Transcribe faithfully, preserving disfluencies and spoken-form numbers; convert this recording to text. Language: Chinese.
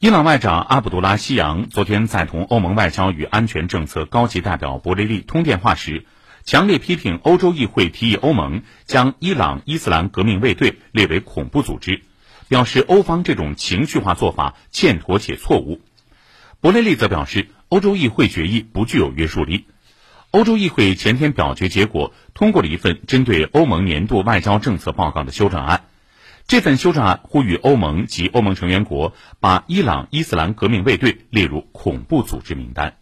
伊朗外长阿卜杜拉希扬昨天在同欧盟外交与安全政策高级代表博雷利通电话时，强烈批评欧洲议会提议欧盟将伊朗伊斯兰革命卫队列为恐怖组织，表示欧方这种情绪化做法欠妥且错误。博雷利则表示，欧洲议会决议不具有约束力。欧洲议会前天表决结果通过了一份针对欧盟年度外交政策报告的修正案。这份修正案呼吁欧盟及欧盟成员国把伊朗伊斯兰革命卫队列入恐怖组织名单。